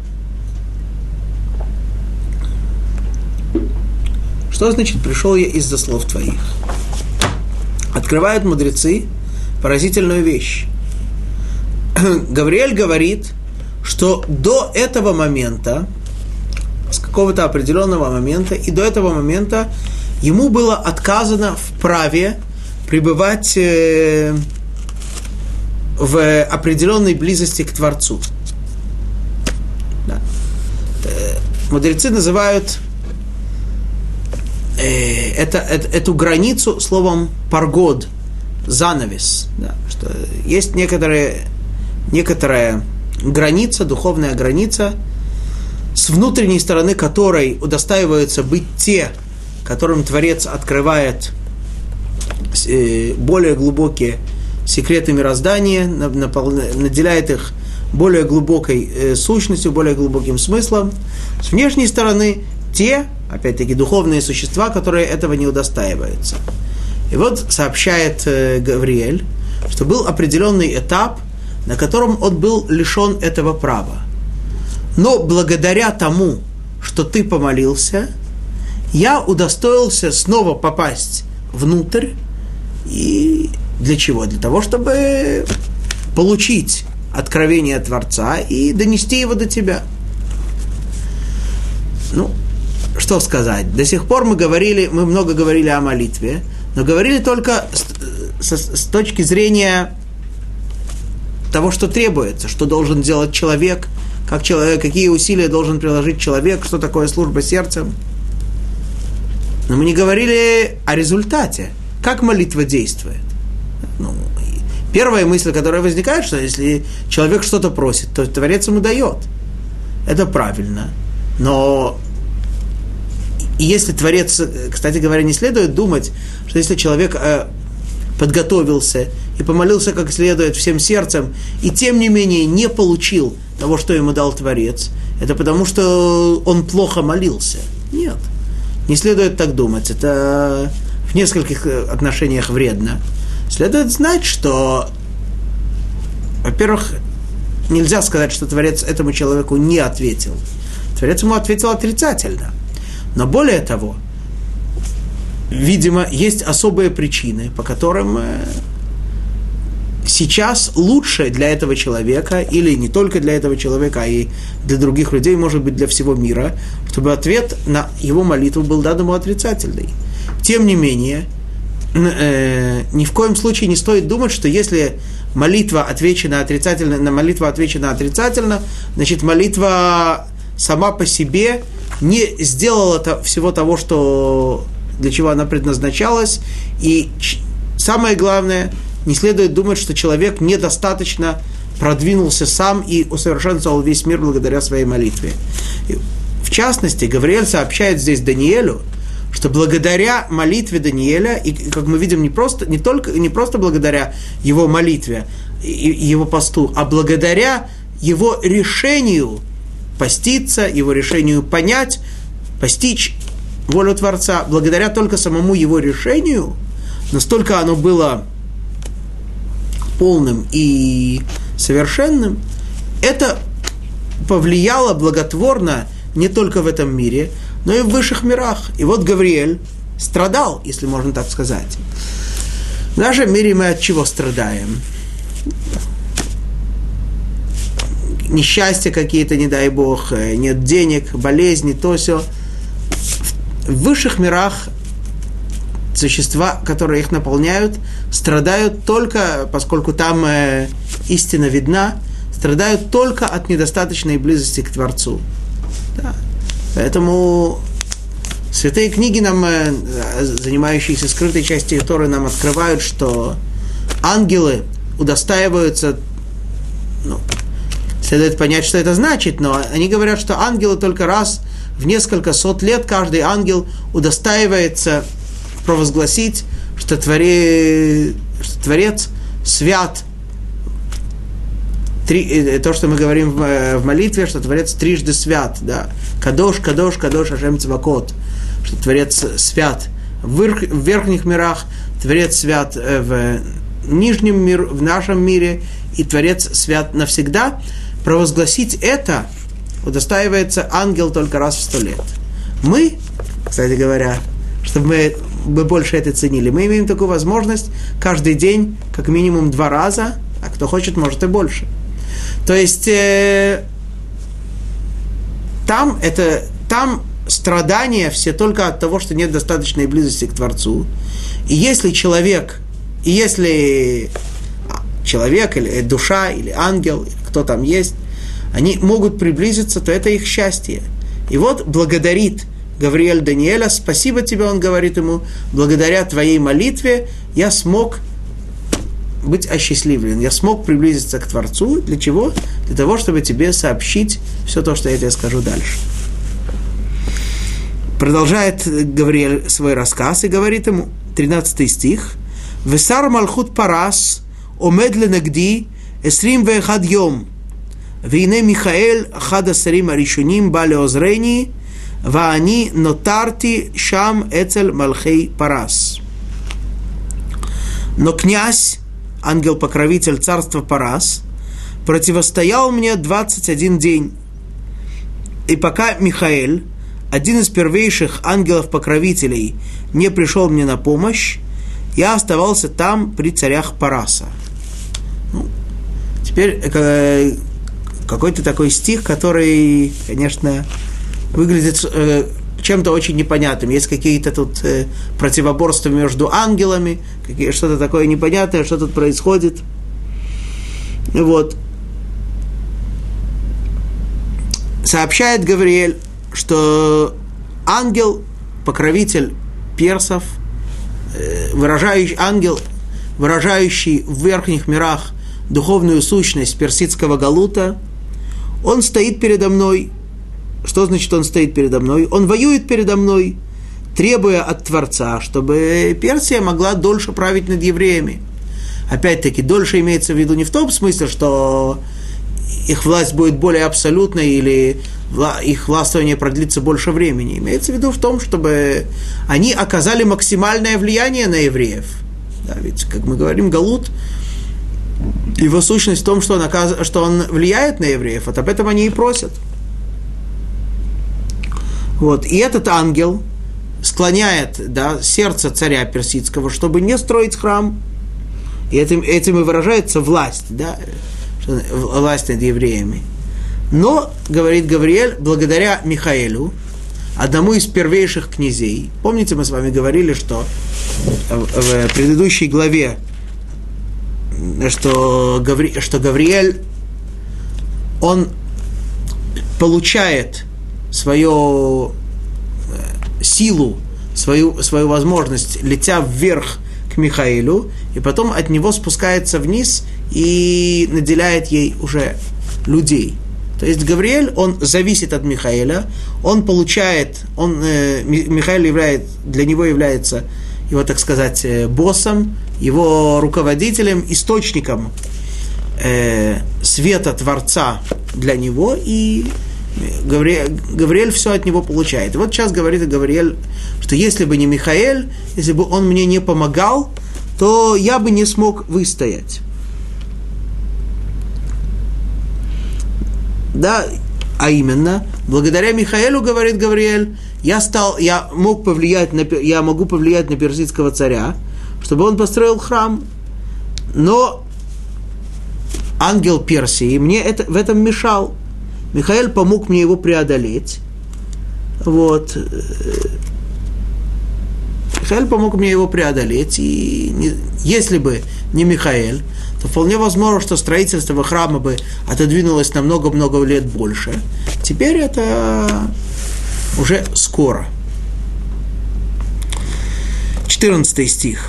Что значит «пришел я из-за слов твоих»? Открывают мудрецы поразительную вещь. Гавриэль говорит, что до этого момента, с какого-то определенного момента, и до этого момента ему было отказано в праве пребывать э, в определенной близости к Творцу. Да. Мудрецы называют Это, это, эту границу словом паргод, занавес. Да, что есть некоторые, некоторая граница, духовная граница, с внутренней стороны которой удостаиваются быть те, которым Творец открывает более глубокие секреты мироздания, наделяет их более глубокой сущностью, более глубоким смыслом. С внешней стороны те, опять-таки, духовные существа, которые этого не удостаиваются. И вот сообщает э, Гавриэль, что был определенный этап, на котором он был лишен этого права. Но благодаря тому, что ты помолился, я удостоился снова попасть внутрь. И для чего? Для того, чтобы получить откровение Творца и донести его до тебя. Ну, что сказать? До сих пор мы говорили, мы много говорили о молитве, но говорили только с, с, с точки зрения того, что требуется, что должен делать человек, как человек, какие усилия должен приложить человек, что такое служба сердцем. Но мы не говорили о результате, как молитва действует. Ну, первая мысль, которая возникает, что если человек что-то просит, то Творец ему дает. Это правильно. Но и если Творец, кстати говоря, не следует думать, что если человек э, подготовился и помолился как следует всем сердцем, и тем не менее не получил того, что ему дал Творец, это потому, что он плохо молился. Нет, не следует так думать. Это в нескольких отношениях вредно. Следует знать, что, во-первых, нельзя сказать, что Творец этому человеку не ответил. Творец ему ответил отрицательно. Но более того, видимо, есть особые причины, по которым сейчас лучше для этого человека, или не только для этого человека, а и для других людей, может быть, для всего мира, чтобы ответ на его молитву был дан ему отрицательный. Тем не менее, э, ни в коем случае не стоит думать, что если молитва отвечена отрицательно, на молитву отвечена отрицательно, значит, молитва сама по себе не сделала всего того, что, для чего она предназначалась. И самое главное, не следует думать, что человек недостаточно продвинулся сам и усовершенствовал весь мир благодаря своей молитве. И в частности, Гавриэль сообщает здесь Даниэлю, что благодаря молитве Даниэля, и, как мы видим, не просто, не только, не просто благодаря его молитве и его посту, а благодаря его решению поститься, его решению понять, постичь волю Творца, благодаря только самому его решению, настолько оно было полным и совершенным, это повлияло благотворно не только в этом мире, но и в высших мирах. И вот Гавриэль страдал, если можно так сказать. В нашем мире мы от чего страдаем? несчастья какие-то, не дай бог, нет денег, болезни, то все. В высших мирах существа, которые их наполняют, страдают только, поскольку там э, истина видна, страдают только от недостаточной близости к Творцу. Да. Поэтому святые книги, нам, э, занимающиеся скрытой частью Торы, нам открывают, что ангелы удостаиваются, ну, следует понять, что это значит, но они говорят, что ангелы только раз в несколько сот лет каждый ангел удостаивается провозгласить, что, твори, что Творец свят. Три, то, что мы говорим в, в молитве, что Творец трижды свят. Да? Кадош, Кадош, Кадош, Ашем Цвакот. Что Творец свят в, верх, в верхних мирах, Творец свят в нижнем мире, в нашем мире, и Творец свят навсегда. Провозгласить это удостаивается ангел только раз в сто лет. Мы, кстати говоря, чтобы мы, мы больше это ценили, мы имеем такую возможность каждый день, как минимум два раза, а кто хочет, может и больше. То есть э, там, это, там страдания все только от того, что нет достаточной близости к Творцу. И если человек, и если человек, или душа, или ангел, или кто там есть, они могут приблизиться, то это их счастье. И вот благодарит Гавриэль Даниэля, спасибо тебе, он говорит ему, благодаря твоей молитве я смог быть осчастливлен, я смог приблизиться к Творцу. Для чего? Для того, чтобы тебе сообщить все то, что я тебе скажу дальше. Продолжает Гавриэль свой рассказ и говорит ему, тринадцатый стих, «Весар малхут парас, омед ленагди, эсрим веэхад йом, вейне Михаэль, хад асарим аришуним, ба леозрени, ваани нотарти шам эцель малхей парас». Но князь, ангел-покровитель царства Парас, противостоял мне двадцать один день. И пока Михаэль, один из первейших ангелов-покровителей, не пришел мне на помощь, я оставался там при царях Параса. Ну, теперь э, какой-то такой стих, который, конечно, выглядит э, чем-то очень непонятным. Есть какие-то тут э, противоборства между ангелами, какие, что-то такое непонятное, что тут происходит. Вот. Сообщает Гавриэль, что ангел, покровитель персов, э, выражающий, ангел, выражающий в верхних мирах духовную сущность персидского галута, он стоит передо мной. Что значит, он стоит передо мной? Он воюет передо мной, требуя от Творца, чтобы Персия могла дольше править над евреями. Опять-таки, дольше имеется в виду не в том смысле, что их власть будет более абсолютной или их властвование продлится больше времени. Имеется в виду в том, чтобы они оказали максимальное влияние на евреев. Да, ведь, как мы говорим, галут, его сущность в том, что он, оказ... что он влияет на евреев, вот об этом они и просят. Вот. И этот ангел склоняет, да, сердце царя персидского, чтобы не строить храм. И этим, этим и выражается власть, да, власть над евреями. Но, говорит Гавриэль, благодаря Михаэлю, одному из первейших князей, помните, мы с вами говорили, что в предыдущей главе, что, Гаври, что Гавриэль, он получает свою силу, свою, свою возможность, летя вверх к Михаэлю, и потом от него спускается вниз и наделяет ей уже людей. То есть Гавриэль, он зависит от Михаэля, он получает, он, э, Михаэль является, для него является его, так сказать, э, боссом, его руководителем, источником э, света Творца для него, и Гавриэль, Гавриэль все от него получает. И вот сейчас говорит Гавриэль, что если бы не Михаэль, если бы он мне не помогал, то я бы не смог выстоять. Да, а именно, благодаря Михаэлю, говорит Гавриэль, я стал, я мог повлиять на, я могу повлиять на персидского царя, чтобы он построил храм. Но ангел Персии, и мне это, в этом мешал. Михаил помог мне его преодолеть. Вот. Михаил помог мне его преодолеть, и не, если бы не Михаил, то вполне возможно, что строительство храма бы отодвинулось на много-много лет больше. Теперь это уже скоро. четырнадцатый стих.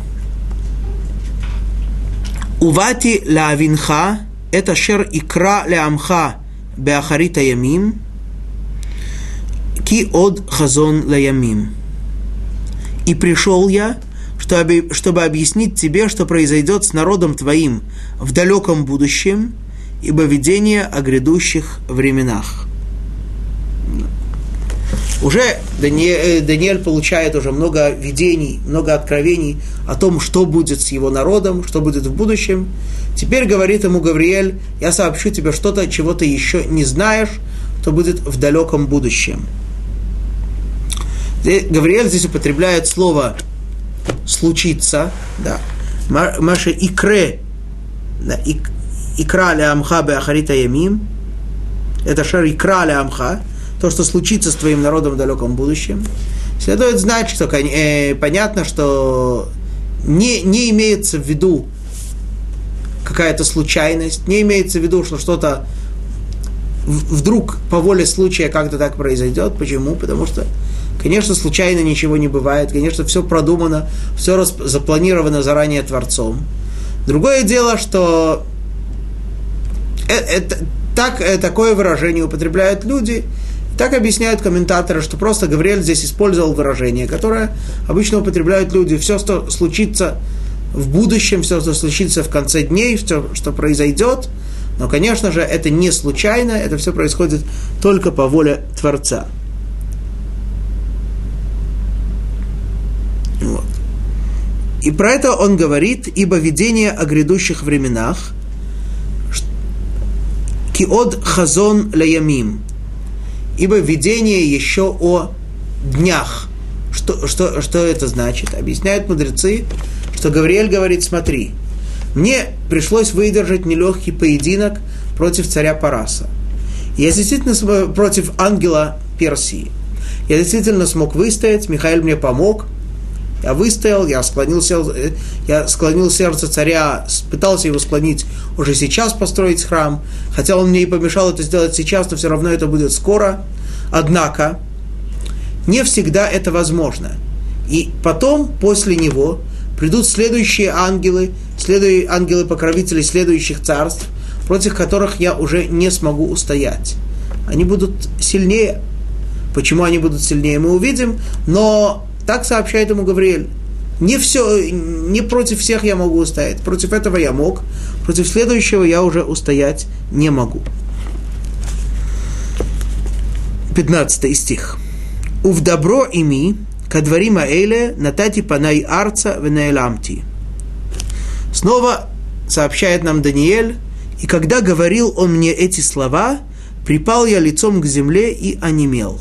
Увати лаавинха, это шер икра леамха беахарита ямим, ки од хазон лаямим. И пришел я, чтобы, чтобы объяснить тебе, что произойдет с народом твоим в далеком будущем, ибо видение о грядущих временах. Уже Даниэль, Даниэль получает уже много видений, много откровений о том, что будет с его народом, что будет в будущем. Теперь говорит ему Гавриэль: я сообщу тебе что-то, чего ты еще не знаешь, что будет в далеком будущем. Гавриэль здесь употребляет слово «случиться», да, «Маше икре», да, «икра ле амха беахарита ямим», это «шер икра ле амха», то, что случится с твоим народом в далеком будущем. Следует знать, что э, понятно, что не, не имеется в виду какая-то случайность, не имеется в виду, что что-то вдруг по воле случая как-то так произойдет. Почему? Потому что, конечно, случайно ничего не бывает, конечно, все продумано, все расп- запланировано заранее Творцом. Другое дело, что это, это, так, такое выражение употребляют люди. Так объясняют комментаторы, что просто Гавриэль здесь использовал выражение, которое обычно употребляют люди. Все, что случится в будущем, все, что случится в конце дней, все, что произойдет. Но, конечно же, это не случайно, это все происходит только по воле Творца. Вот. И про это он говорит: ибо видение о грядущих временах, киод хазон лаямим, ибо видение еще о днях. Что, что, что это значит? Объясняют мудрецы, что Гавриэль говорит: смотри, мне пришлось выдержать нелегкий поединок против царя Параса. Я действительно смог, против ангела Персии. Я действительно смог выстоять, Михаил мне помог. Я выстоял, я склонил, я склонил сердце царя, пытался его склонить уже сейчас построить храм, хотя он мне и помешал это сделать сейчас, но все равно это будет скоро. Однако, не всегда это возможно. И потом, после него, придут следующие ангелы, следующие ангелы-покровители следующих царств, против которых я уже не смогу устоять. Они будут сильнее. Почему они будут сильнее, мы увидим, но так сообщает ему Гавриэль. Не все, не против всех я могу устоять. Против этого я мог, против следующего я уже устоять не могу. пятнадцатый стих. «Ув добро ими, кадварим аэле, натати панай арца венеэламти». Снова сообщает нам Даниэль: «И когда говорил он мне эти слова, припал я лицом к земле и онемел».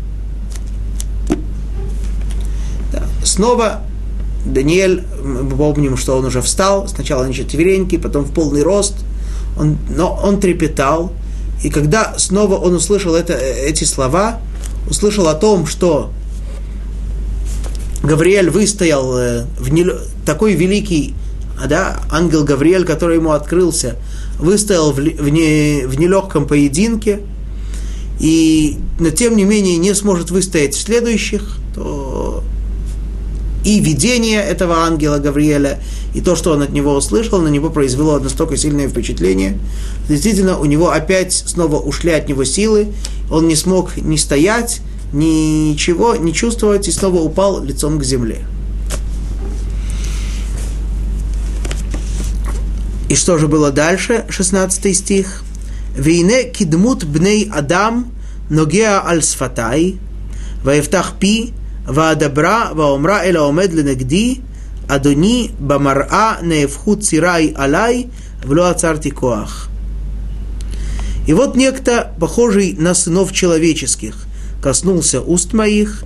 Да. Снова Даниэль, мы помним, что он уже встал, сначала на четвереньки, потом в полный рост, он, но он трепетал. И когда снова он услышал это, эти слова, услышал о том, что Гавриэль выстоял, в не, такой великий, да, ангел Гавриэль, который ему открылся, выстоял в, в, не, в нелегком поединке, и, но тем не менее не сможет выстоять в следующих, то и видение этого ангела Гавриэля, и то, что он от него услышал, на него произвело настолько сильное впечатление. Действительно, у него опять снова ушли от него силы, он не смог ни стоять, ничего не чувствовать, и снова упал лицом к земле. И что же было дальше? шестнадцатый стих. «Вейне кидмут бней адам ногеа аль сфатай, ваевтах пи, ваадабра, ваомра эла омед ленегди, адони бамара неевху цирай алай, вло ацарти коах». И вот некто, похожий на сынов человеческих, коснулся уст моих,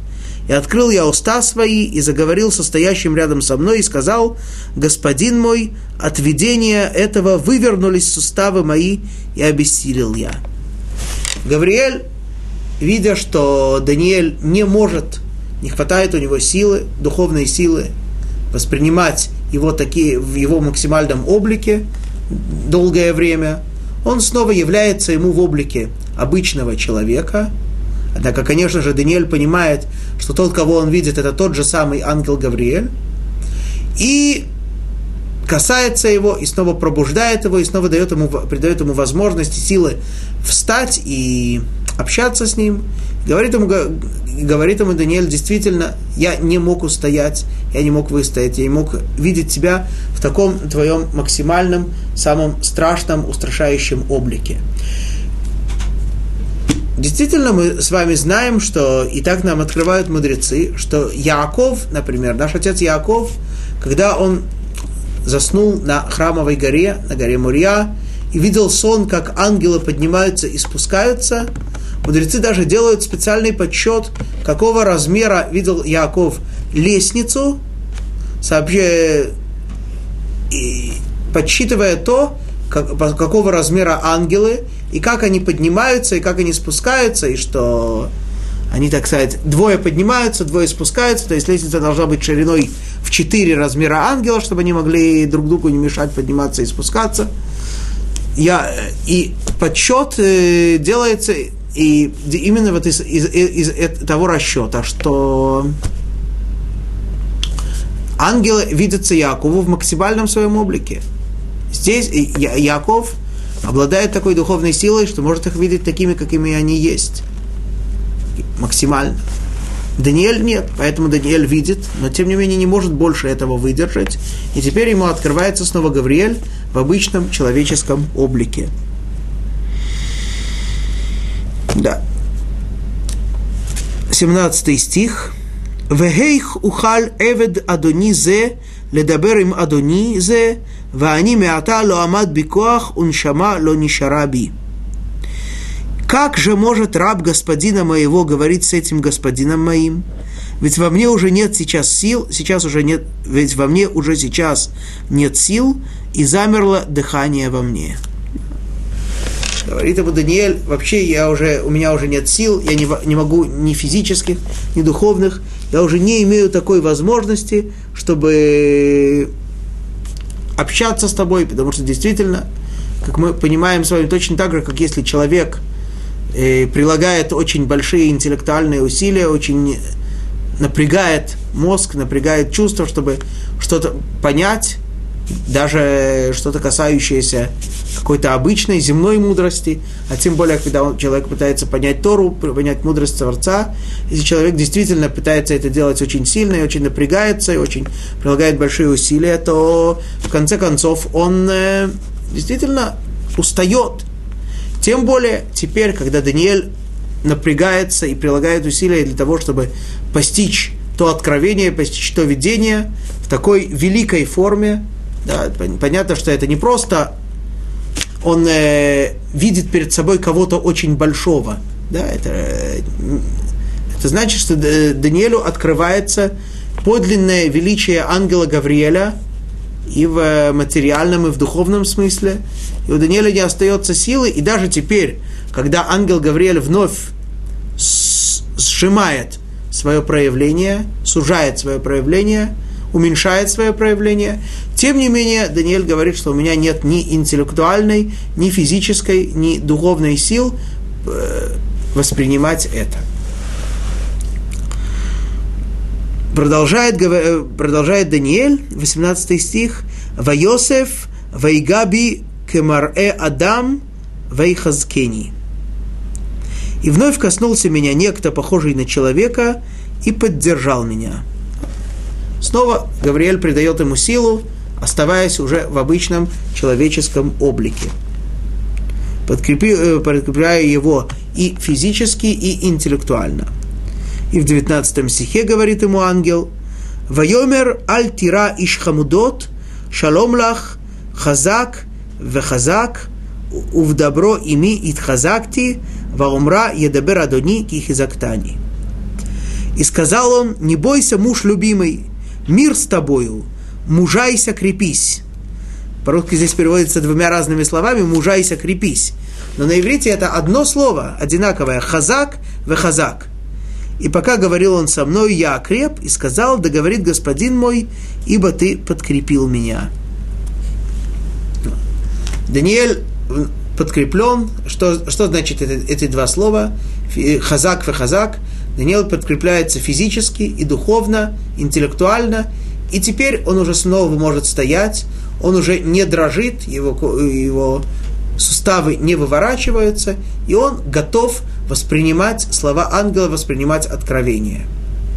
И открыл я уста свои, и заговорил со стоящим рядом со мной, и сказал: «Господин мой, от видения этого вывернулись суставы мои, и обессилел я». Гавриэль, видя, что Даниэль не может, не хватает у него силы, духовной силы, воспринимать его такие, в его максимальном облике долгое время, он снова является ему в облике обычного человека. Однако, конечно же, Даниэль понимает, что тот, кого он видит, это тот же самый ангел Гавриэль, и касается его, и снова пробуждает его, и снова дает ему, придает ему возможность и силы встать и общаться с ним. Говорит ему, говорит ему Даниэль: действительно, я не мог устоять, я не мог выстоять, я не мог видеть тебя в таком твоем максимальном, самом страшном, устрашающем облике. Действительно, мы с вами знаем, что, и так нам открывают мудрецы, что Яаков, например, наш отец Яаков, когда он заснул на храмовой горе, на горе Мория, и видел сон, как ангелы поднимаются и спускаются, мудрецы даже делают специальный подсчет, какого размера видел Яаков лестницу, сообщая, и подсчитывая то, как, какого размера ангелы, и как они поднимаются, и как они спускаются, и что они, так сказать, двое поднимаются, двое спускаются, то есть лестница должна быть шириной в четыре размера ангела, чтобы они могли друг другу не мешать подниматься и спускаться. Я, и подсчет э, делается и именно вот из, из, из, из того расчета, что ангелы видятся Яакову в максимальном своем облике. Здесь Я, Яаков обладает такой духовной силой, что может их видеть такими, какими они есть. Максимально. Даниэль нет, поэтому Даниэль видит, но тем не менее не может больше этого выдержать. И теперь ему открывается снова Гавриэль в обычном человеческом облике. Да. семнадцатый стих. «Вехейх ухаль эвед адони зе ледабер им адони зе ваани меата ло амад бикоах уншама ло нишара би». Как же может раб господина моего говорить с этим господином моим? Ведь во мне уже нет сейчас сил, сейчас уже нет, ведь во мне уже сейчас нет сил, и замерло дыхание во мне. Говорит ему Даниэль: вообще я уже, у меня уже нет сил, я не, не могу ни физических, ни духовных, я уже не имею такой возможности, чтобы общаться с тобой, потому что действительно, как мы понимаем с вами, точно так же, как если человек э, прилагает очень большие интеллектуальные усилия, очень напрягает мозг, напрягает чувства, чтобы что-то понять, даже что-то касающееся какой-то обычной земной мудрости, а тем более, когда он, человек пытается понять Тору, понять мудрость Творца, если человек действительно пытается это делать очень сильно и очень напрягается, и очень прилагает большие усилия, то в конце концов он э, действительно устает. Тем более теперь, когда Даниэль напрягается и прилагает усилия для того, чтобы постичь то откровение, постичь то видение в такой великой форме. Да, понятно, что это не просто он э, видит перед собой кого-то очень большого. Да, это, э, это значит, что Даниэлю открывается подлинное величие ангела Гавриэля и в материальном, и в духовном смысле. И у Даниэля не остается силы, и даже теперь, когда ангел Гавриэль вновь сжимает свое проявление, сужает свое проявление, уменьшает свое проявление, тем не менее Даниэль говорит, что у меня нет ни интеллектуальной, ни физической, ни духовной сил воспринимать это. Продолжает, продолжает Даниэль, восемнадцатый стих. «Вайосеф вайгаби кемарэ адам вайхазкени». И вновь коснулся меня некто, похожий на человека, и поддержал меня. Снова Гавриэль придает ему силу, оставаясь уже в обычном человеческом облике, подкрепляя его и физически, и интеллектуально. И в девятнадцатом стихе говорит ему ангел: «Вайомер аль тира иш хамудот, шалом лах, хазак, вехазак, увдабро ими итхазакти, ваумра едабер адони ки хизактани». И сказал он: не бойся, муж любимый, мир с тобою, мужайся, крепись. По-русски здесь переводится двумя разными словами: мужайся, крепись. Но на иврите это одно слово, одинаковое: хазак ве хазак. И пока говорил он со мной, я окреп, и сказал: да говорит господин мой, ибо ты подкрепил меня. Даниэль подкреплен. Что, что значит это, эти два слова? Хазак ве хазак. Даниэль подкрепляется физически и духовно, интеллектуально, и теперь он уже снова может стоять, он уже не дрожит, его, его суставы не выворачиваются, и он готов воспринимать слова ангела, воспринимать откровение.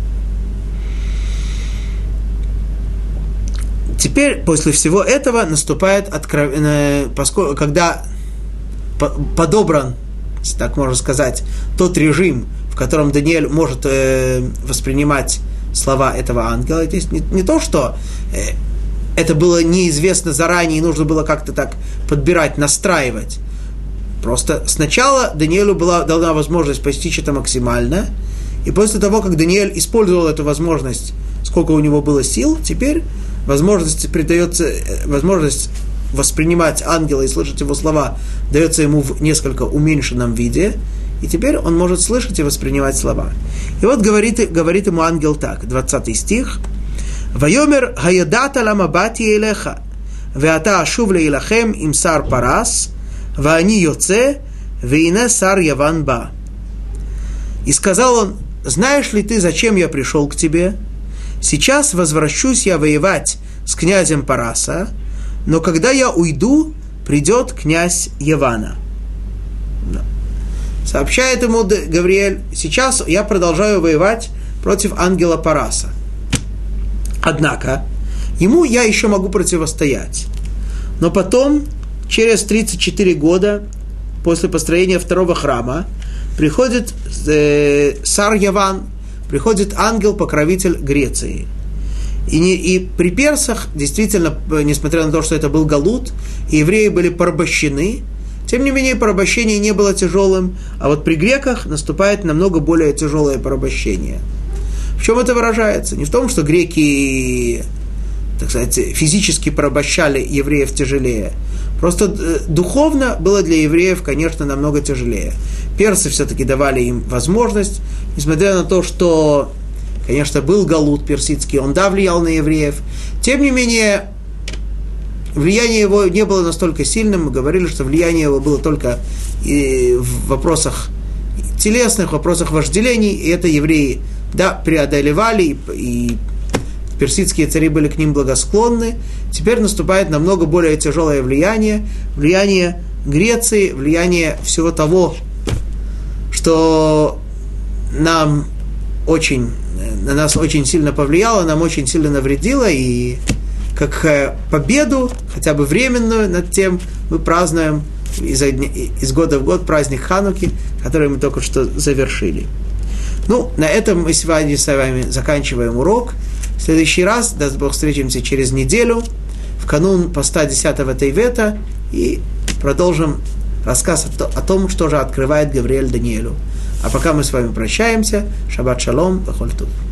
Теперь, после всего этого, наступает откровение, поскольку, когда подобран, так можно сказать, тот режим, в котором Даниэль может э, воспринимать слова этого ангела. То есть не, не то, что э, это было неизвестно заранее, и нужно было как-то так подбирать, настраивать. Просто сначала Даниэлю была дана возможность постичь это максимально, и после того, как Даниэль использовал эту возможность, сколько у него было сил, теперь возможность придается, возможность воспринимать ангела и слышать его слова дается ему в несколько уменьшенном виде, и теперь он может слышать и воспринимать слова. И вот говорит, говорит ему ангел так, двадцатый стих: «Вайомер хаядата ламабати элеха, веата ашув леилахем им сар парас, ваани йоце, вейне сар яван ба». И сказал он: знаешь ли ты, зачем я пришел к тебе? Сейчас возвращусь я воевать с князем Параса, но когда я уйду, придет князь Явана. Да. Сообщает ему Гавриэль: сейчас я продолжаю воевать против ангела Параса. Однако, ему я еще могу противостоять. Но потом, через тридцать четыре года, после построения второго храма, приходит э, Сар Яван, приходит ангел-покровитель Греции. И, не, и при персах, действительно, несмотря на то, что это был галут, и евреи были порабощены, тем не менее, порабощение не было тяжелым, а вот при греках наступает намного более тяжелое порабощение. В чем это выражается? Не в том, что греки, так сказать, физически порабощали евреев тяжелее. Просто духовно было для евреев, конечно, намного тяжелее. Персы все-таки давали им возможность, несмотря на то, что, конечно, был галут персидский, он, да, влиял на евреев. Тем не менее, влияние его не было настолько сильным. Мы говорили, что влияние его было только и в вопросах телесных, в вопросах вожделений, и это евреи, да, преодолевали, и, и персидские цари были к ним благосклонны. Теперь наступает намного более тяжелое влияние, влияние Греции, влияние всего того, что нам очень, на нас очень сильно повлияло, нам очень сильно навредило, и как победу, хотя бы временную над тем, мы празднуем из, из года в год праздник Хануки, который мы только что завершили. Ну, на этом мы сегодня с вами заканчиваем урок. В следующий раз, даст Бог, встретимся через неделю, в канун поста десятого Тейвета, и продолжим рассказ о том, что же открывает Гавриэль Даниэлю. А пока мы с вами прощаемся. Шаббат шалом, вахоль тув.